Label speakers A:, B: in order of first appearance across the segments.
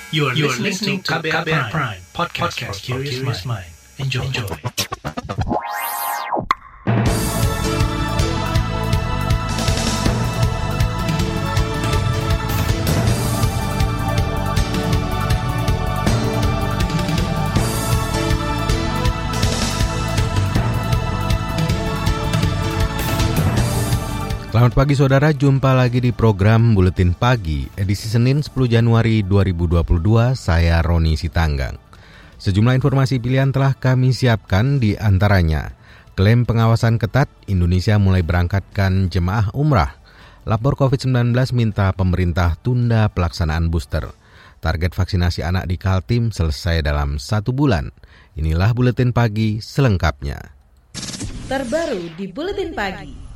A: You are listening to KBR Prime, podcast for curious mind. Enjoy.
B: Selamat pagi saudara, jumpa lagi di program Buletin Pagi, edisi Senin 10 Januari 2022, saya Roni Sitanggang. Sejumlah informasi pilihan telah kami siapkan, di antaranya klaim pengawasan ketat, Indonesia mulai berangkatkan jemaah umrah. Lapor COVID-19 minta pemerintah tunda pelaksanaan booster. Target vaksinasi anak di Kaltim selesai dalam 1 bulan. Inilah Buletin Pagi selengkapnya.
C: Terbaru di Buletin Pagi.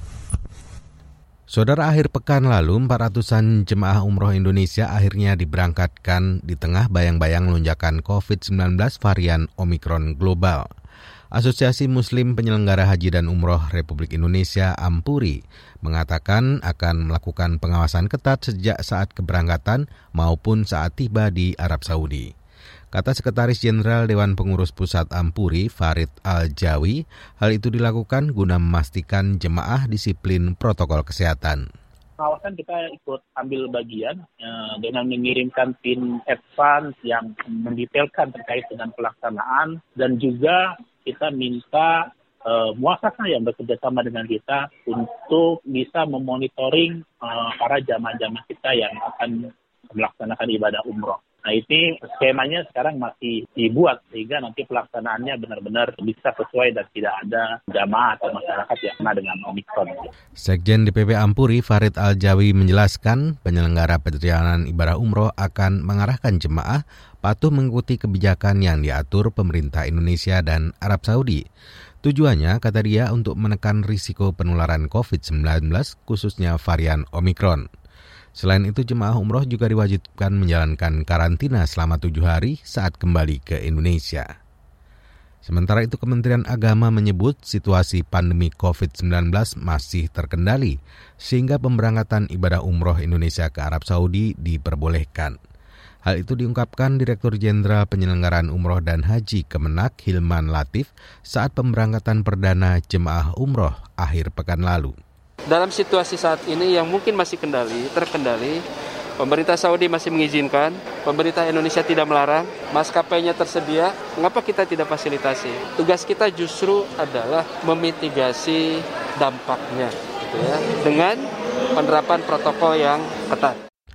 B: Saudara, akhir pekan lalu 400-an jemaah umroh Indonesia akhirnya diberangkatkan di tengah bayang-bayang lonjakan COVID-19 varian Omikron global. Asosiasi Muslim Penyelenggara Haji dan Umroh Republik Indonesia Ampuri mengatakan akan melakukan pengawasan ketat sejak saat keberangkatan maupun saat tiba di Arab Saudi. Kata Sekretaris Jenderal Dewan Pengurus Pusat Ampuri, Farid Al-Jawi, hal itu dilakukan guna memastikan jemaah disiplin protokol kesehatan.
D: Pengawasan kita ikut ambil bagian dengan mengirimkan tim advance yang mendetailkan terkait dengan pelaksanaan, dan juga kita minta muasasah yang bekerjasama dengan kita untuk bisa memonitoring para jamaah-jamaah kita yang akan melaksanakan ibadah umroh. Nah, ini skemanya sekarang masih dibuat sehingga nanti pelaksanaannya benar-benar bisa sesuai dan tidak ada jamaah atau masyarakat yang kena dengan Omikron.
B: Sekjen DPP Ampuri Farid Al-Jawi menjelaskan penyelenggara perjalanan ibadah umroh akan mengarahkan jemaah patuh mengikuti kebijakan yang diatur pemerintah Indonesia dan Arab Saudi. Tujuannya, kata dia, untuk menekan risiko penularan COVID-19 khususnya varian Omikron. Selain itu, jemaah umroh juga diwajibkan menjalankan karantina selama 7 hari saat kembali ke Indonesia. Sementara itu, Kementerian Agama menyebut situasi pandemi COVID-19 masih terkendali, sehingga pemberangkatan ibadah umroh Indonesia ke Arab Saudi diperbolehkan. Hal itu diungkapkan Direktur Jenderal Penyelenggaraan Umroh dan Haji Kemenak Hilman Latif saat pemberangkatan perdana jemaah umroh akhir pekan lalu.
E: Dalam situasi saat ini yang mungkin masih terkendali, pemerintah Saudi masih mengizinkan, pemerintah Indonesia tidak melarang, maskapainya tersedia, mengapa kita tidak fasilitasi? Tugas kita justru adalah memitigasi dampaknya, gitu ya, dengan penerapan protokol yang ketat.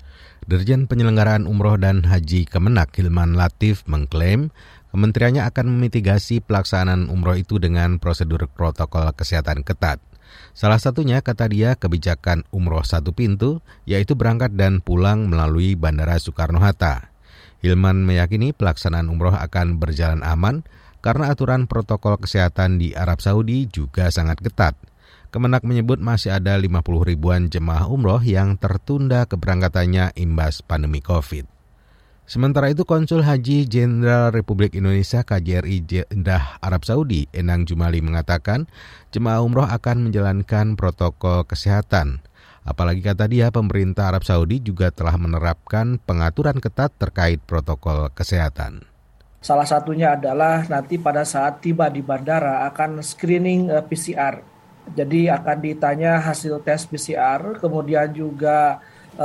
B: Dirjen Penyelenggaraan Umroh dan Haji Kemenak Hilman Latif mengklaim kementeriannya akan memitigasi pelaksanaan umroh itu dengan prosedur protokol kesehatan ketat. Salah satunya, kata dia, kebijakan umroh satu pintu, yaitu berangkat dan pulang melalui Bandara Soekarno-Hatta. Hilman meyakini pelaksanaan umroh akan berjalan aman karena aturan protokol kesehatan di Arab Saudi juga sangat ketat. Kemenak menyebut masih ada 50 ribuan jemaah umroh yang tertunda keberangkatannya imbas pandemi COVID. Sementara itu, Konsul Haji Jenderal Republik Indonesia KJRI Jeddah Arab Saudi, Endang Jumali, mengatakan jemaah umroh akan menjalankan protokol kesehatan. Apalagi, kata dia, pemerintah Arab Saudi juga telah menerapkan pengaturan ketat terkait protokol kesehatan.
F: Salah satunya adalah nanti pada saat tiba di bandara akan screening PCR. Jadi akan ditanya hasil tes PCR, kemudian juga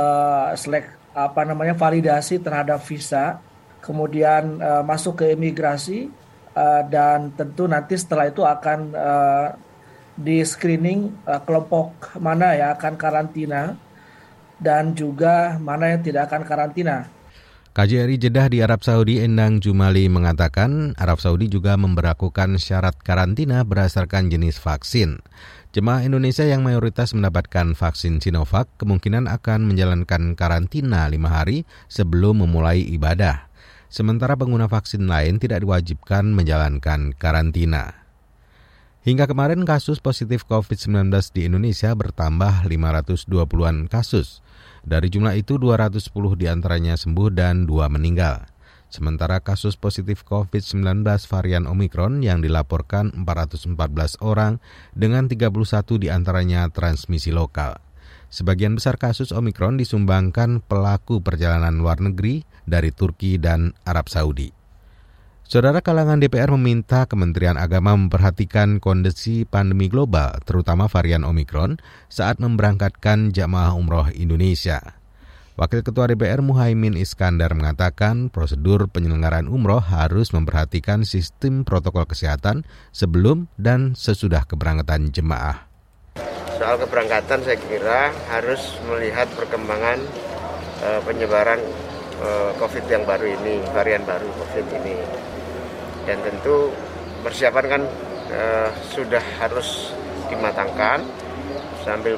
F: validasi terhadap visa, kemudian masuk ke imigrasi, dan tentu nanti setelah itu akan di screening kelompok mana yang akan karantina dan juga mana yang tidak akan karantina.
B: KJRI Jeddah di Arab Saudi, Endang Jumali, mengatakan Arab Saudi juga memberlakukan syarat karantina berdasarkan jenis vaksin. Jemaah Indonesia yang mayoritas mendapatkan vaksin Sinovac kemungkinan akan menjalankan karantina 5 hari sebelum memulai ibadah. Sementara pengguna vaksin lain tidak diwajibkan menjalankan karantina. Hingga kemarin kasus positif COVID-19 di Indonesia bertambah 520-an kasus. Dari jumlah itu 210 diantaranya sembuh dan 2 meninggal. Sementara kasus positif COVID-19 varian Omikron yang dilaporkan 414 orang dengan 31 diantaranya transmisi lokal. Sebagian besar kasus Omikron disumbangkan pelaku perjalanan luar negeri dari Turki dan Arab Saudi. Saudara, kalangan DPR meminta Kementerian Agama memperhatikan kondisi pandemi global, terutama varian Omikron, saat memberangkatkan jamaah umroh Indonesia. Wakil Ketua DPR Muhaimin Iskandar mengatakan prosedur penyelenggaraan umroh harus memperhatikan sistem protokol kesehatan sebelum dan sesudah keberangkatan jemaah.
G: Soal keberangkatan saya kira harus melihat perkembangan penyebaran COVID yang baru ini, varian baru COVID ini. Dan tentu persiapan kan sudah harus dimatangkan sambil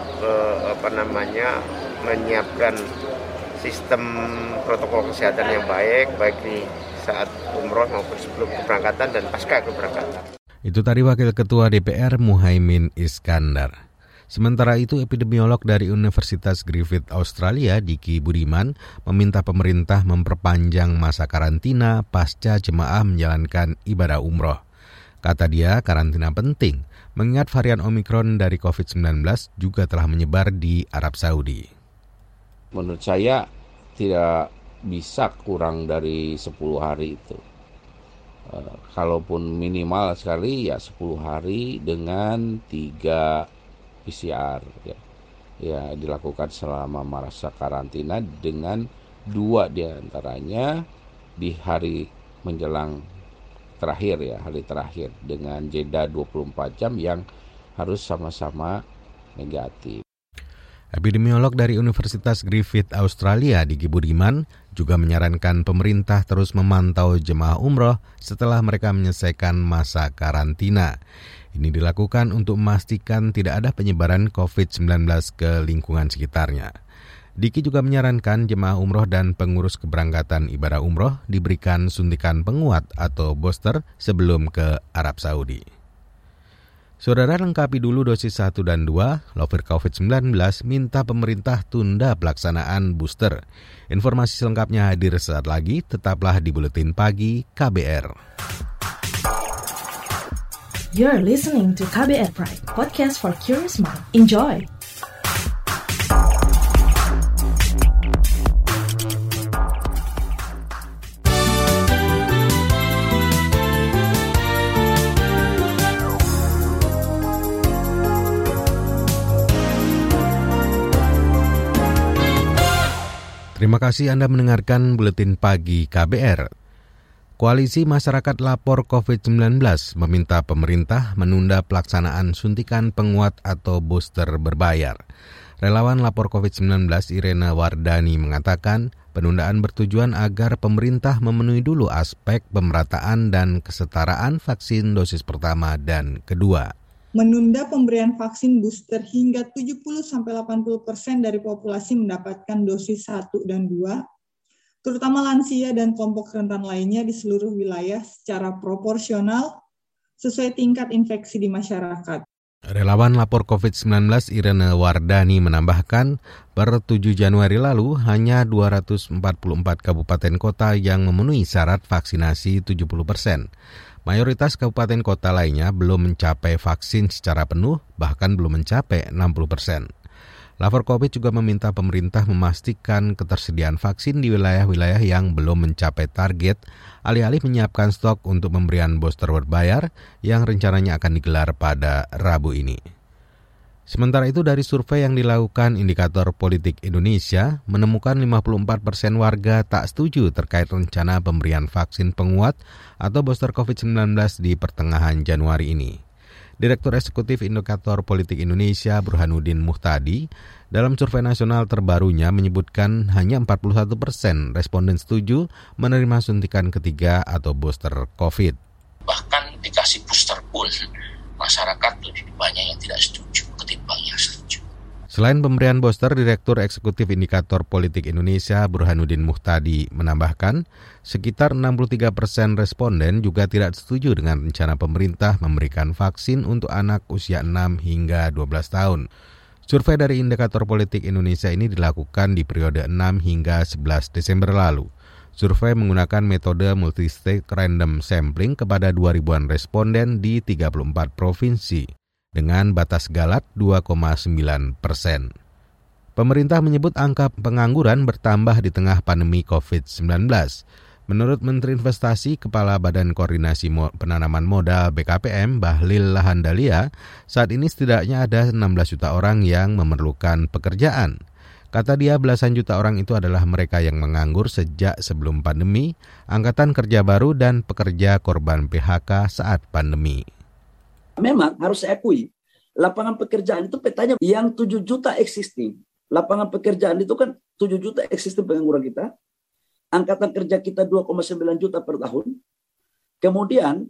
G: menyiapkan sistem protokol kesehatan yang baik di saat umroh maupun sebelum keberangkatan dan pasca keberangkatan.
B: Itu tadi Wakil Ketua DPR Muhaimin Iskandar. Sementara itu, epidemiolog dari Universitas Griffith Australia, Diki Budiman, meminta pemerintah memperpanjang masa karantina pasca jemaah menjalankan ibadah umroh. Kata dia, karantina penting, mengingat varian Omikron dari COVID-19 juga telah menyebar di Arab Saudi.
H: Menurut saya tidak bisa kurang dari 10 hari itu. Kalaupun minimal sekali ya 10 hari dengan 3 PCR ya dilakukan selama masa karantina dengan 2 diantaranya di hari menjelang terakhir hari terakhir dengan jeda 24 jam yang harus sama-sama negatif.
B: Epidemiolog dari Universitas Griffith Australia, Diki Budiman, juga menyarankan pemerintah terus memantau jemaah umroh setelah mereka menyelesaikan masa karantina. Ini dilakukan untuk memastikan tidak ada penyebaran COVID-19 ke lingkungan sekitarnya. Diki juga menyarankan jemaah umroh dan pengurus keberangkatan ibadah umroh diberikan suntikan penguat atau booster sebelum ke Arab Saudi. Saudara, lengkapi dulu dosis 1 dan 2, Lover COVID-19 minta pemerintah tunda pelaksanaan booster. Informasi selengkapnya hadir saat lagi, tetaplah di Buletin Pagi KBR.
C: You're listening to KBR Pride, podcast for curious mind. Enjoy!
B: Terima kasih Anda mendengarkan Buletin Pagi KBR. Koalisi Masyarakat Lapor COVID-19 meminta pemerintah menunda pelaksanaan suntikan penguat atau booster berbayar. Relawan Lapor COVID-19 Irena Wardani mengatakan penundaan bertujuan agar pemerintah memenuhi dulu aspek pemerataan dan kesetaraan vaksin dosis pertama dan kedua.
I: Menunda pemberian vaksin booster hingga 70-80% dari populasi mendapatkan dosis 1 dan 2, terutama lansia dan kelompok rentan lainnya di seluruh wilayah secara proporsional sesuai tingkat infeksi di masyarakat.
B: Relawan Lapor COVID-19 Irene Wardani menambahkan, per 7 Januari lalu hanya 244 kabupaten kota yang memenuhi syarat vaksinasi 70%. Mayoritas kabupaten kota lainnya belum mencapai vaksin secara penuh, bahkan belum mencapai 60%. Lapor COVID juga meminta pemerintah memastikan ketersediaan vaksin di wilayah-wilayah yang belum mencapai target, alih-alih menyiapkan stok untuk pemberian booster berbayar yang rencananya akan digelar pada Rabu ini. Sementara itu, dari survei yang dilakukan Indikator Politik Indonesia, menemukan 54% warga tak setuju terkait rencana pemberian vaksin penguat atau booster COVID-19 di pertengahan Januari ini. Direktur Eksekutif Indikator Politik Indonesia Burhanuddin Muhtadi dalam survei nasional terbarunya menyebutkan hanya 41% responden setuju menerima suntikan ketiga atau booster COVID.
J: Bahkan dikasih booster pun masyarakat lebih banyak yang tidak setuju ketimbang yang setuju.
B: Selain pemberian booster, Direktur Eksekutif Indikator Politik Indonesia Burhanuddin Muhtadi menambahkan, sekitar 63% responden juga tidak setuju dengan rencana pemerintah memberikan vaksin untuk anak usia 6 hingga 12 tahun. Survei dari Indikator Politik Indonesia ini dilakukan di periode 6 hingga 11 Desember lalu. Survei menggunakan metode multi-state random sampling kepada 2.000-an responden di 34 provinsi. Dengan batas Galat 2,9%. Pemerintah menyebut angka pengangguran bertambah di tengah pandemi COVID-19. Menurut Menteri Investasi, Kepala Badan Koordinasi Penanaman Modal BKPM, Bahlil Lahandalia, saat ini setidaknya ada 16 juta orang yang memerlukan pekerjaan. Kata dia, belasan juta orang itu adalah mereka yang menganggur sejak sebelum pandemi, angkatan kerja baru, dan pekerja korban PHK saat pandemi.
K: Memang harus saya akui, lapangan pekerjaan itu petanya yang 7 juta existing. Lapangan pekerjaan itu kan 7 juta existing pengangguran kita. Angkatan kerja kita 2,9 juta per tahun. Kemudian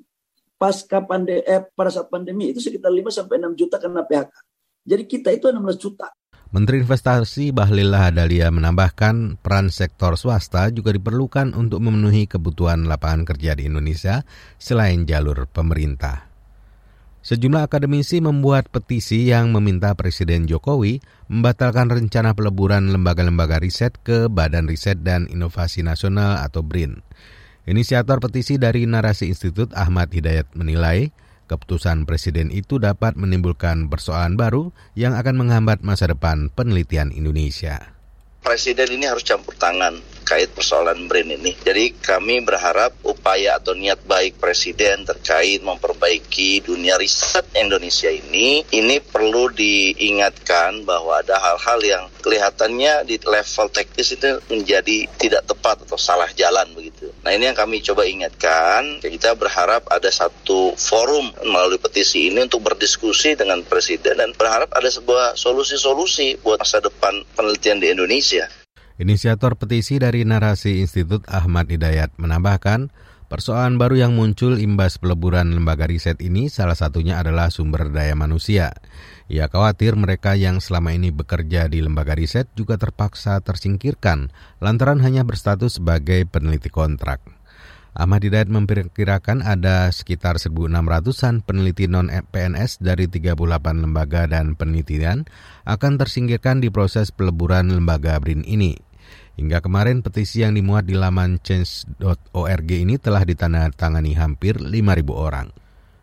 K: pada saat pandemi itu sekitar 5-6 juta karena PHK. Jadi kita itu 16 juta.
B: Menteri Investasi Bahlil Lahadalia menambahkan peran sektor swasta juga diperlukan untuk memenuhi kebutuhan lapangan kerja di Indonesia selain jalur pemerintah. Sejumlah akademisi membuat petisi yang meminta Presiden Jokowi membatalkan rencana peleburan lembaga-lembaga riset ke Badan Riset dan Inovasi Nasional atau BRIN. Inisiator petisi dari Narasi Institut Ahmad Hidayat menilai keputusan Presiden itu dapat menimbulkan persoalan baru yang akan menghambat masa depan penelitian Indonesia.
L: Presiden ini harus campur tangan terkait persoalan BRIN ini. Jadi kami berharap upaya atau niat baik Presiden terkait memperbaiki dunia riset Indonesia ini perlu diingatkan bahwa ada hal-hal yang kelihatannya di level teknis itu menjadi tidak tepat atau salah jalan begitu. Nah ini yang kami coba ingatkan. Kita berharap ada satu forum melalui petisi ini untuk berdiskusi dengan Presiden dan berharap ada sebuah solusi-solusi buat masa depan penelitian di Indonesia.
B: Inisiator petisi dari Narasi Institut Ahmad Hidayat menambahkan, persoalan baru yang muncul imbas peleburan lembaga riset ini salah satunya adalah sumber daya manusia. Ia khawatir mereka yang selama ini bekerja di lembaga riset juga terpaksa tersingkirkan lantaran hanya berstatus sebagai peneliti kontrak. Ahmad Hidayat memperkirakan ada sekitar 1.600-an peneliti non-PNS dari 38 lembaga dan penelitian akan tersingkirkan di proses peleburan lembaga BRIN ini. Hingga kemarin petisi yang dimuat di laman change.org ini telah ditandatangani hampir 5.000 orang.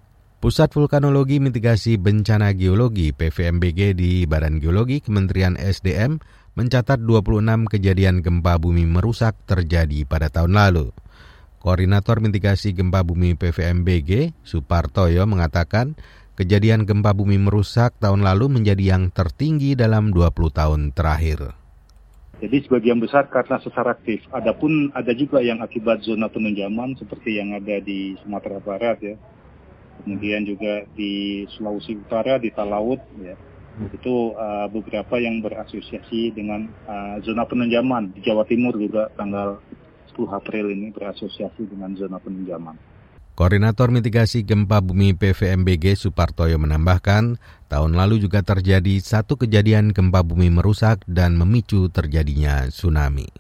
B: Pusat Vulkanologi Mitigasi Bencana Geologi PVMBG di Badan Geologi Kementerian SDM mencatat 26 kejadian gempa bumi merusak terjadi pada tahun lalu. Koordinator Mitigasi Gempa Bumi PVMBG, Supartoyo, mengatakan kejadian gempa bumi merusak tahun lalu menjadi yang tertinggi dalam 20 tahun terakhir.
M: Jadi sebagian besar karena sesar aktif. Adapun ada juga yang akibat zona penenjaman seperti yang ada di Sumatera Barat ya. Kemudian juga di Sulawesi Utara, di Talaut ya. Itu beberapa yang berasosiasi dengan zona penenjaman. Di Jawa Timur juga tanggal 10 April ini berasosiasi dengan zona penenjaman.
B: Koordinator Mitigasi Gempa Bumi PVMBG Supartoyo menambahkan, tahun lalu juga terjadi satu kejadian gempa bumi merusak dan memicu terjadinya tsunami.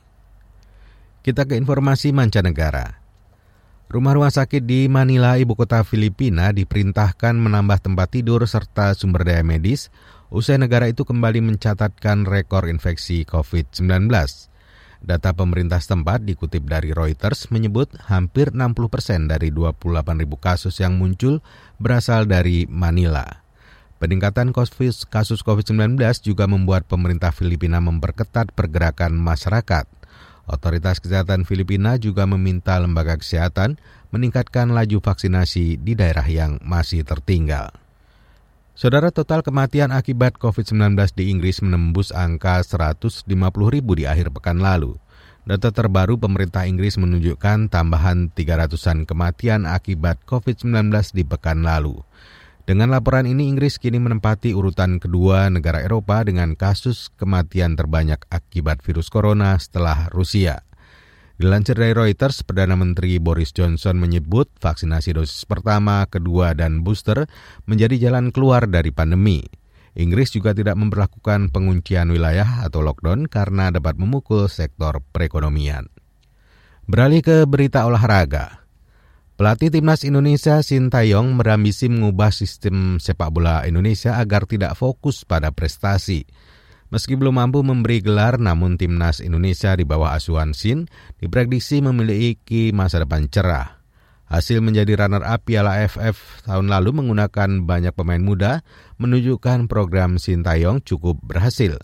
B: Kita ke informasi mancanegara. Rumah-rumah sakit di Manila, ibu kota Filipina, diperintahkan menambah tempat tidur serta sumber daya medis usai negara itu kembali mencatatkan rekor infeksi COVID-19. Data pemerintah setempat dikutip dari Reuters menyebut hampir 60% dari 28.000 kasus yang muncul berasal dari Manila. Peningkatan kasus COVID-19 juga membuat pemerintah Filipina memperketat pergerakan masyarakat. Otoritas Kesehatan Filipina juga meminta lembaga kesehatan meningkatkan laju vaksinasi di daerah yang masih tertinggal. Saudara, total kematian akibat COVID-19 di Inggris menembus angka 150.000 di akhir pekan lalu. Data terbaru pemerintah Inggris menunjukkan tambahan 300-an kematian akibat COVID-19 di pekan lalu. Dengan laporan ini, Inggris kini menempati urutan kedua negara Eropa dengan kasus kematian terbanyak akibat virus corona setelah Rusia. Dilansir dari Reuters, Perdana Menteri Boris Johnson menyebut vaksinasi dosis pertama, kedua, dan booster menjadi jalan keluar dari pandemi. Inggris juga tidak memperlakukan penguncian wilayah atau lockdown karena dapat memukul sektor perekonomian. Beralih ke berita olahraga. Pelatih Timnas Indonesia Sintayong berambisi mengubah sistem sepak bola Indonesia agar tidak fokus pada prestasi. Meski belum mampu memberi gelar, namun Timnas Indonesia di bawah asuhan Sin diprediksi memiliki masa depan cerah. Hasil menjadi runner-up Piala AFF tahun lalu menggunakan banyak pemain muda menunjukkan program Sintayong cukup berhasil.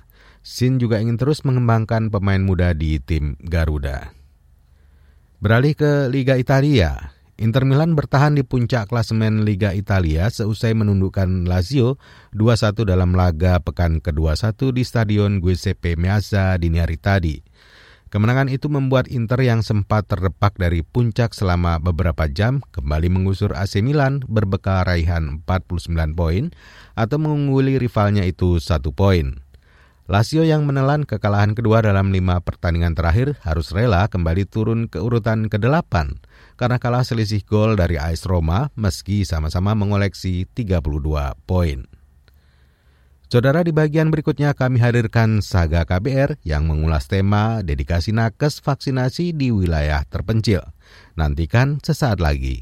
B: Sin juga ingin terus mengembangkan pemain muda di tim Garuda. Beralih ke Liga Italia, Inter Milan bertahan di puncak klasemen Liga Italia seusai menundukkan Lazio 2-1 dalam laga pekan ke-21 di Stadion Giuseppe Meazza dini hari tadi. Kemenangan itu membuat Inter yang sempat terdepak dari puncak selama beberapa jam kembali mengusur AC Milan berbekal raihan 49 poin atau mengungguli rivalnya itu 1 poin. Lazio yang menelan kekalahan kedua dalam 5 pertandingan terakhir harus rela kembali turun ke urutan ke-8 karena kalah selisih gol dari AS Roma meski sama-sama mengoleksi 32 poin. Saudara, di bagian berikutnya kami hadirkan Saga KBR yang mengulas tema dedikasi nakes vaksinasi di wilayah terpencil. Nantikan sesaat lagi.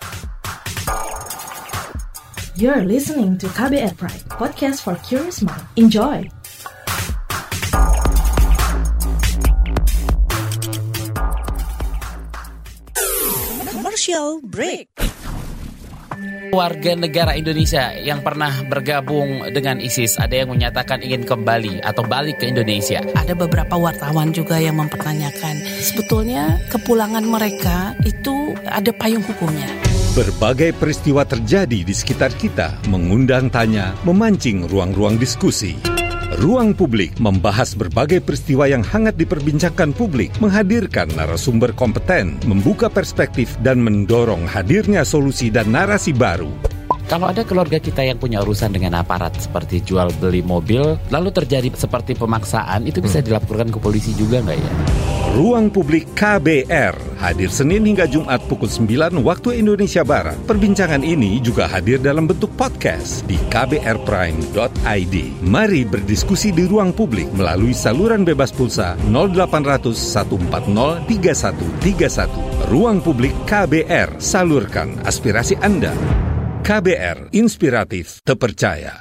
C: You're listening to KBR Pride, podcast for curious mind. Enjoy!
N: Commercial break.
O: Warga negara Indonesia yang pernah bergabung dengan ISIS ada yang menyatakan ingin kembali atau balik ke Indonesia.
N: Ada beberapa wartawan juga yang mempertanyakan sebetulnya kepulangan mereka itu ada payung hukumnya.
P: Berbagai peristiwa terjadi di sekitar kita, mengundang tanya, memancing ruang-ruang diskusi. Ruang Publik membahas berbagai peristiwa yang hangat diperbincangkan publik, menghadirkan narasumber kompeten, membuka perspektif dan mendorong hadirnya solusi dan narasi baru.
O: Kalau ada keluarga kita yang punya urusan dengan aparat seperti jual beli mobil, lalu terjadi seperti pemaksaan, itu bisa dilaporkan ke polisi juga nggak ya?
P: Ruang Publik KBR hadir Senin hingga Jumat pukul 9 waktu Indonesia Barat. Perbincangan ini juga hadir dalam bentuk podcast di kbrprime.id. Mari berdiskusi di Ruang Publik melalui saluran bebas pulsa 0800 140 3131. Ruang Publik KBR, salurkan aspirasi Anda. KBR, inspiratif, terpercaya.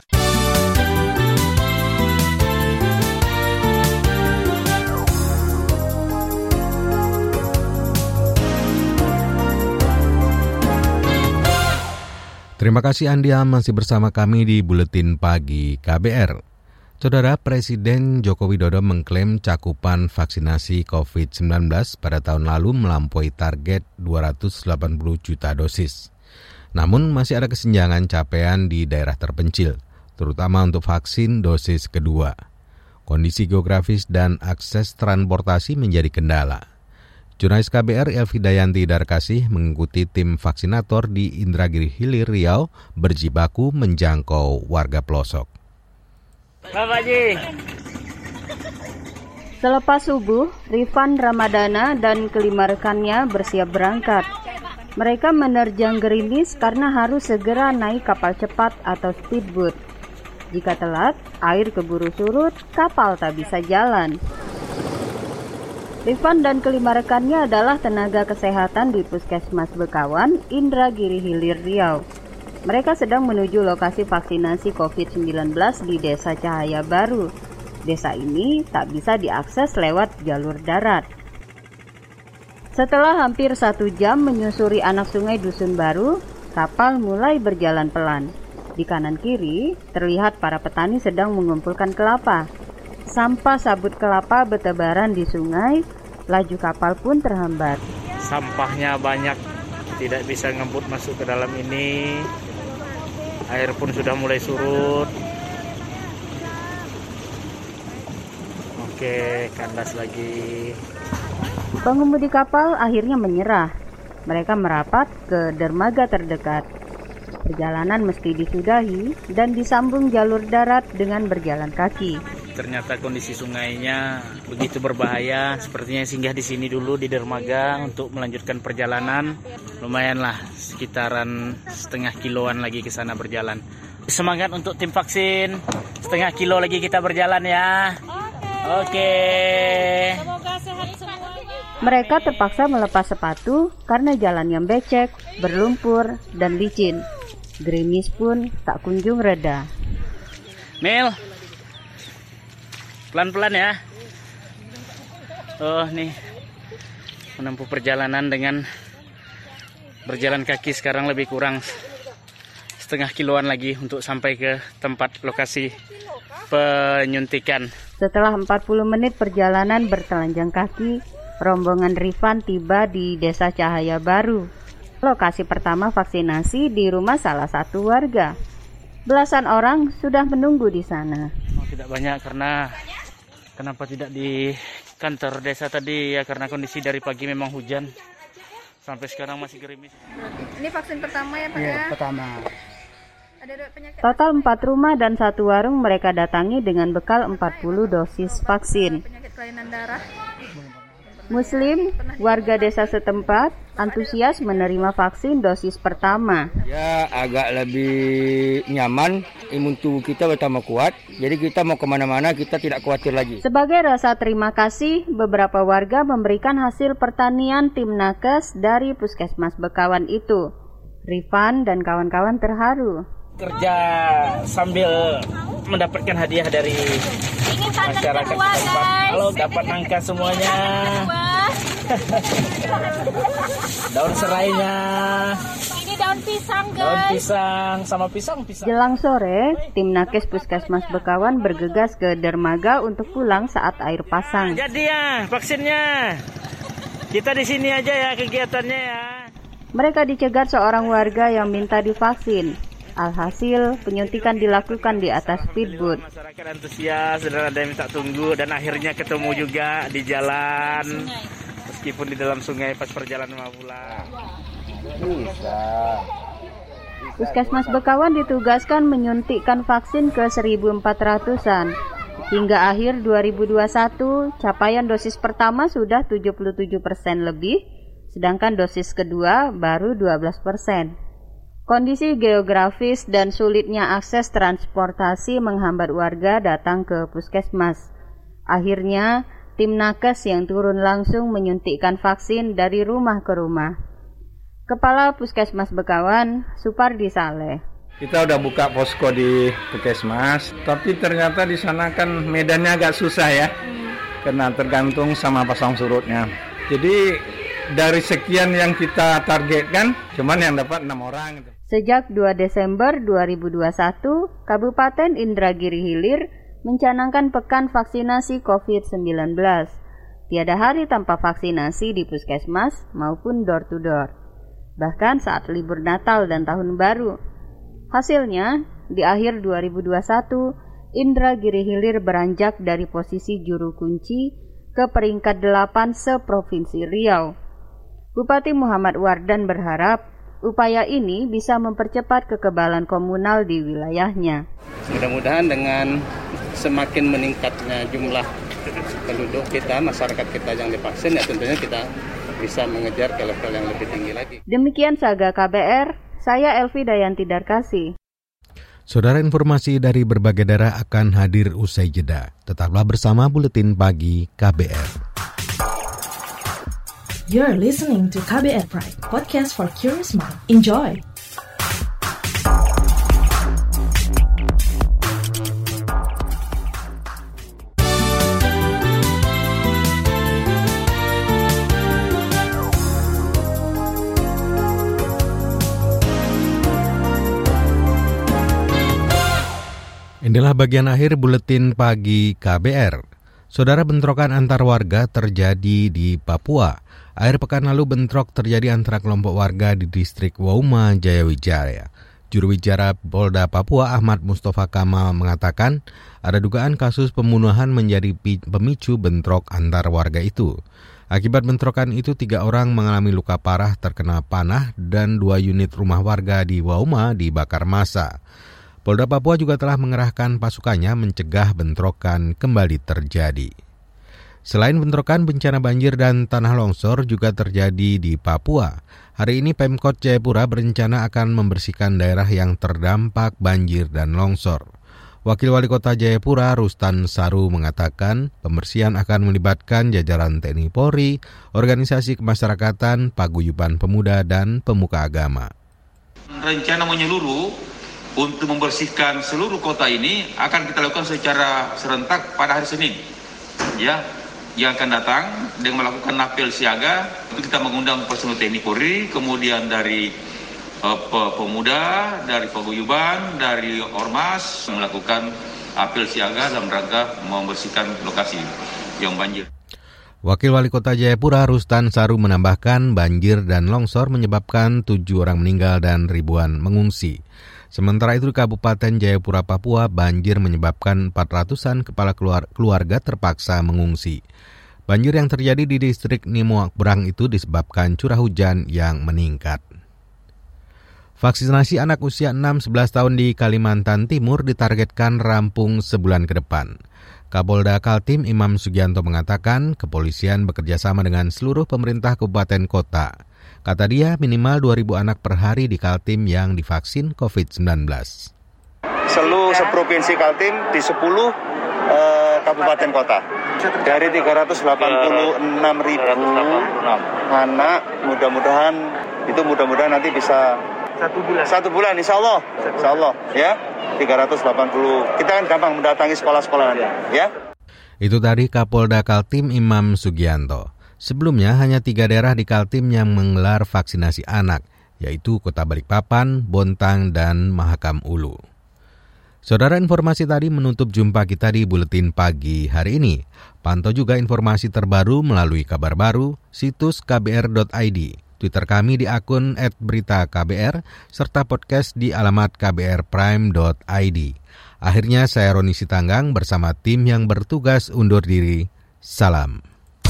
B: Terima kasih Anda masih bersama kami di Buletin Pagi KBR. Saudara, Presiden Joko Widodo mengklaim cakupan vaksinasi COVID-19 pada tahun lalu melampaui target 280 juta dosis. Namun masih ada kesenjangan capaian di daerah terpencil, terutama untuk vaksin dosis kedua. Kondisi geografis dan akses transportasi menjadi kendala. Jurnalis KBR Elvi Dayanti Darkasih mengikuti tim vaksinator di Indragiri Hilir Riau berjibaku menjangkau warga pelosok.
Q: Bapak Ji.
R: Selepas subuh, Rifan Ramadana dan kelima rekannya bersiap berangkat. Mereka menerjang gerimis karena harus segera naik kapal cepat atau speedboat. Jika telat, air keburu surut, kapal tak bisa jalan. Rifan dan kelima rekannya adalah tenaga kesehatan di Puskesmas Bekawan, Indragiri Hilir Riau. Mereka sedang menuju lokasi vaksinasi COVID-19 di Desa Cahaya Baru. Desa ini tak bisa diakses lewat jalur darat. Setelah hampir 1 jam menyusuri anak sungai Dusun Baru, kapal mulai berjalan pelan. Di kanan kiri, terlihat para petani sedang mengumpulkan kelapa. Sampah sabut kelapa bertebaran di sungai, laju kapal pun terhambat.
Q: Sampahnya banyak, tidak bisa ngebut masuk ke dalam ini. Air pun sudah mulai surut. Oke, kandas lagi.
R: Pengemudi kapal akhirnya menyerah. Mereka merapat ke dermaga terdekat. Perjalanan mesti disudahi dan disambung jalur darat dengan berjalan kaki.
Q: Ternyata kondisi sungainya begitu berbahaya. Sepertinya singgah di sini dulu di dermaga untuk melanjutkan perjalanan. Lumayanlah, sekitaran setengah kiloan lagi ke sana berjalan. Semangat untuk tim vaksin. Setengah kilo lagi kita berjalan ya. Oke.
R: Semoga sehat semua. Mereka terpaksa melepas sepatu karena jalan yang becek, berlumpur, dan licin. Gerimis pun tak kunjung reda.
Q: Mil, pelan-pelan ya. Oh nih, menempuh perjalanan dengan berjalan kaki sekarang lebih kurang setengah kiloan lagi untuk sampai ke tempat lokasi penyuntikan.
R: Setelah 40 menit perjalanan bertelanjang kaki, rombongan Rifan tiba di Desa Cahaya Baru. Lokasi pertama vaksinasi di rumah salah satu warga. Belasan orang sudah menunggu di sana.
Q: Tidak banyak karena kenapa tidak di kantor desa tadi ya, karena kondisi dari pagi memang hujan. Sampai sekarang masih gerimis.
S: Ini vaksin pertama ya Pak ya?
T: Pertama.
R: Total 4 rumah dan 1 warung mereka datangi dengan bekal 40 dosis vaksin. Muslim, warga desa setempat, antusias menerima vaksin dosis pertama.
T: Ya agak lebih nyaman, imun tubuh kita bertambah kuat, jadi kita mau kemana-mana kita tidak khawatir lagi.
R: Sebagai rasa terima kasih, beberapa warga memberikan hasil pertanian tim nakes dari Puskesmas Bekawan itu. Rifan dan kawan-kawan terharu.
Q: Kerja sambil mendapatkan hadiah dari masyarakat setempat. Kalau dapat nangka semuanya, daun serainya,
S: ini daun pisang guys.
Q: Daun pisang sama pisang.
R: Jelang sore, tim nakes Puskesmas Bekawan bergegas ke dermaga untuk pulang saat air pasang.
Q: Jadi ya vaksinnya, kita di sini aja ya kegiatannya ya.
R: Mereka dicegat seorang warga yang minta divaksin. Alhasil, penyuntikan dilakukan di atas speedboat.
Q: Masyarakat antusias dan ada yang minta tunggu dan akhirnya ketemu juga di jalan. Meskipun di dalam sungai pas perjalanan mau pulang.
R: Puskesmas Bekawan ditugaskan menyuntikkan vaksin ke 1.400-an. Hingga akhir 2021, capaian dosis pertama sudah 77% lebih, sedangkan dosis kedua baru 12%. Kondisi geografis dan sulitnya akses transportasi menghambat warga datang ke puskesmas. Akhirnya, tim nakes yang turun langsung menyuntikkan vaksin dari rumah ke rumah. Kepala Puskesmas Bekawan, Supardi Saleh.
T: Kita udah buka posko di puskesmas, tapi ternyata di sana kan medannya agak susah ya, karena tergantung sama pasang surutnya. Jadi dari sekian yang kita targetkan, cuman yang dapat 6 orang.
R: Sejak 2 Desember 2021, Kabupaten Indragiri Hilir mencanangkan pekan vaksinasi COVID-19. Tiada hari tanpa vaksinasi di puskesmas maupun door-to-door. Bahkan saat libur Natal dan Tahun Baru. Hasilnya, di akhir 2021, Indragiri Hilir beranjak dari posisi juru kunci ke peringkat 8 seprovinsi Riau. Bupati Muhammad Wardan berharap upaya ini bisa mempercepat kekebalan komunal di wilayahnya.
E: Mudah-mudahan dengan semakin meningkatnya jumlah penduduk kita, masyarakat kita yang divaksin, ya tentunya kita bisa mengejar ke level yang lebih tinggi lagi.
R: Demikian Saga KBR, saya Elvi Dayanti Darkasi.
B: Saudara, informasi dari berbagai daerah akan hadir usai jeda. Tetaplah bersama Buletin Pagi KBR.
C: You're listening to KBR Pride, podcast for curious mind. Enjoy!
B: Inilah bagian akhir Buletin Pagi KBR. Saudara, bentrokan antar warga terjadi di Papua. Akhir pekan lalu bentrok terjadi antara kelompok warga di distrik Wauma, Jayawijaya. Juru bicara Polda Papua Ahmad Mustafa Kamal mengatakan ada dugaan kasus pembunuhan menjadi pemicu bentrok antar warga itu. Akibat bentrokan itu 3 orang mengalami luka parah terkena panah dan 2 unit rumah warga di Wauma dibakar massa. Polda Papua juga telah mengerahkan pasukannya mencegah bentrokan kembali terjadi. Selain bentrokan, bencana banjir dan tanah longsor juga terjadi di Papua. Hari ini Pemkot Jayapura berencana akan membersihkan daerah yang terdampak banjir dan longsor. Wakil Wali Kota Jayapura, Rustan Saru, mengatakan pembersihan akan melibatkan jajaran TNI Polri, organisasi kemasyarakatan, paguyuban pemuda, dan pemuka agama.
U: Rencana menyeluruh untuk membersihkan seluruh kota ini akan kita lakukan secara serentak pada hari Senin. Ya, yang akan datang dengan melakukan apel siaga, itu kita mengundang personel TNI Polri, kemudian dari pemuda, dari paguyuban, dari ormas melakukan apel siaga dalam rangka membersihkan lokasi yang banjir.
B: Wakil Wali Kota Jayapura Rustan Saru menambahkan banjir dan longsor menyebabkan 7 orang meninggal dan ribuan mengungsi. Sementara itu di Kabupaten Jayapura, Papua, banjir menyebabkan 400-an kepala keluarga terpaksa mengungsi. Banjir yang terjadi di distrik Nimuabrang itu disebabkan curah hujan yang meningkat. Vaksinasi anak usia 6-11 tahun di Kalimantan Timur ditargetkan rampung sebulan ke depan. Kapolda Kaltim Imam Sugianto mengatakan kepolisian bekerjasama dengan seluruh pemerintah kabupaten kota. Kata dia minimal 2.000 anak per hari di Kaltim yang divaksin COVID-19.
A: Seluruh provinsi Kaltim di 10 kabupaten kota. Dari 386.000 anak, mudah-mudahan nanti bisa satu bulan insya Allah ya 380. Kita kan gampang mendatangi sekolah-sekolah ya.
B: Itu tadi Kapolda Kaltim Imam Sugianto. Sebelumnya hanya 3 daerah di Kaltim yang menggelar vaksinasi anak, yaitu Kota Balikpapan, Bontang, dan Mahakam Ulu. Saudara, informasi tadi menutup jumpa kita di Buletin Pagi hari ini. Pantau juga informasi terbaru melalui kabar baru, situs kbr.id, Twitter kami di akun @beritaKBR, serta podcast di alamat kbrprime.id. Akhirnya saya Roni Sitanggang bersama tim yang bertugas undur diri. Salam.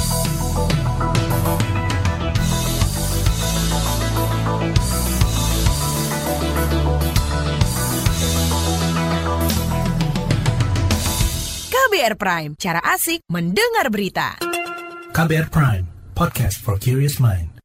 V: KBR Prime, cara asik mendengar berita.
W: KBR Prime, podcast for curious mind.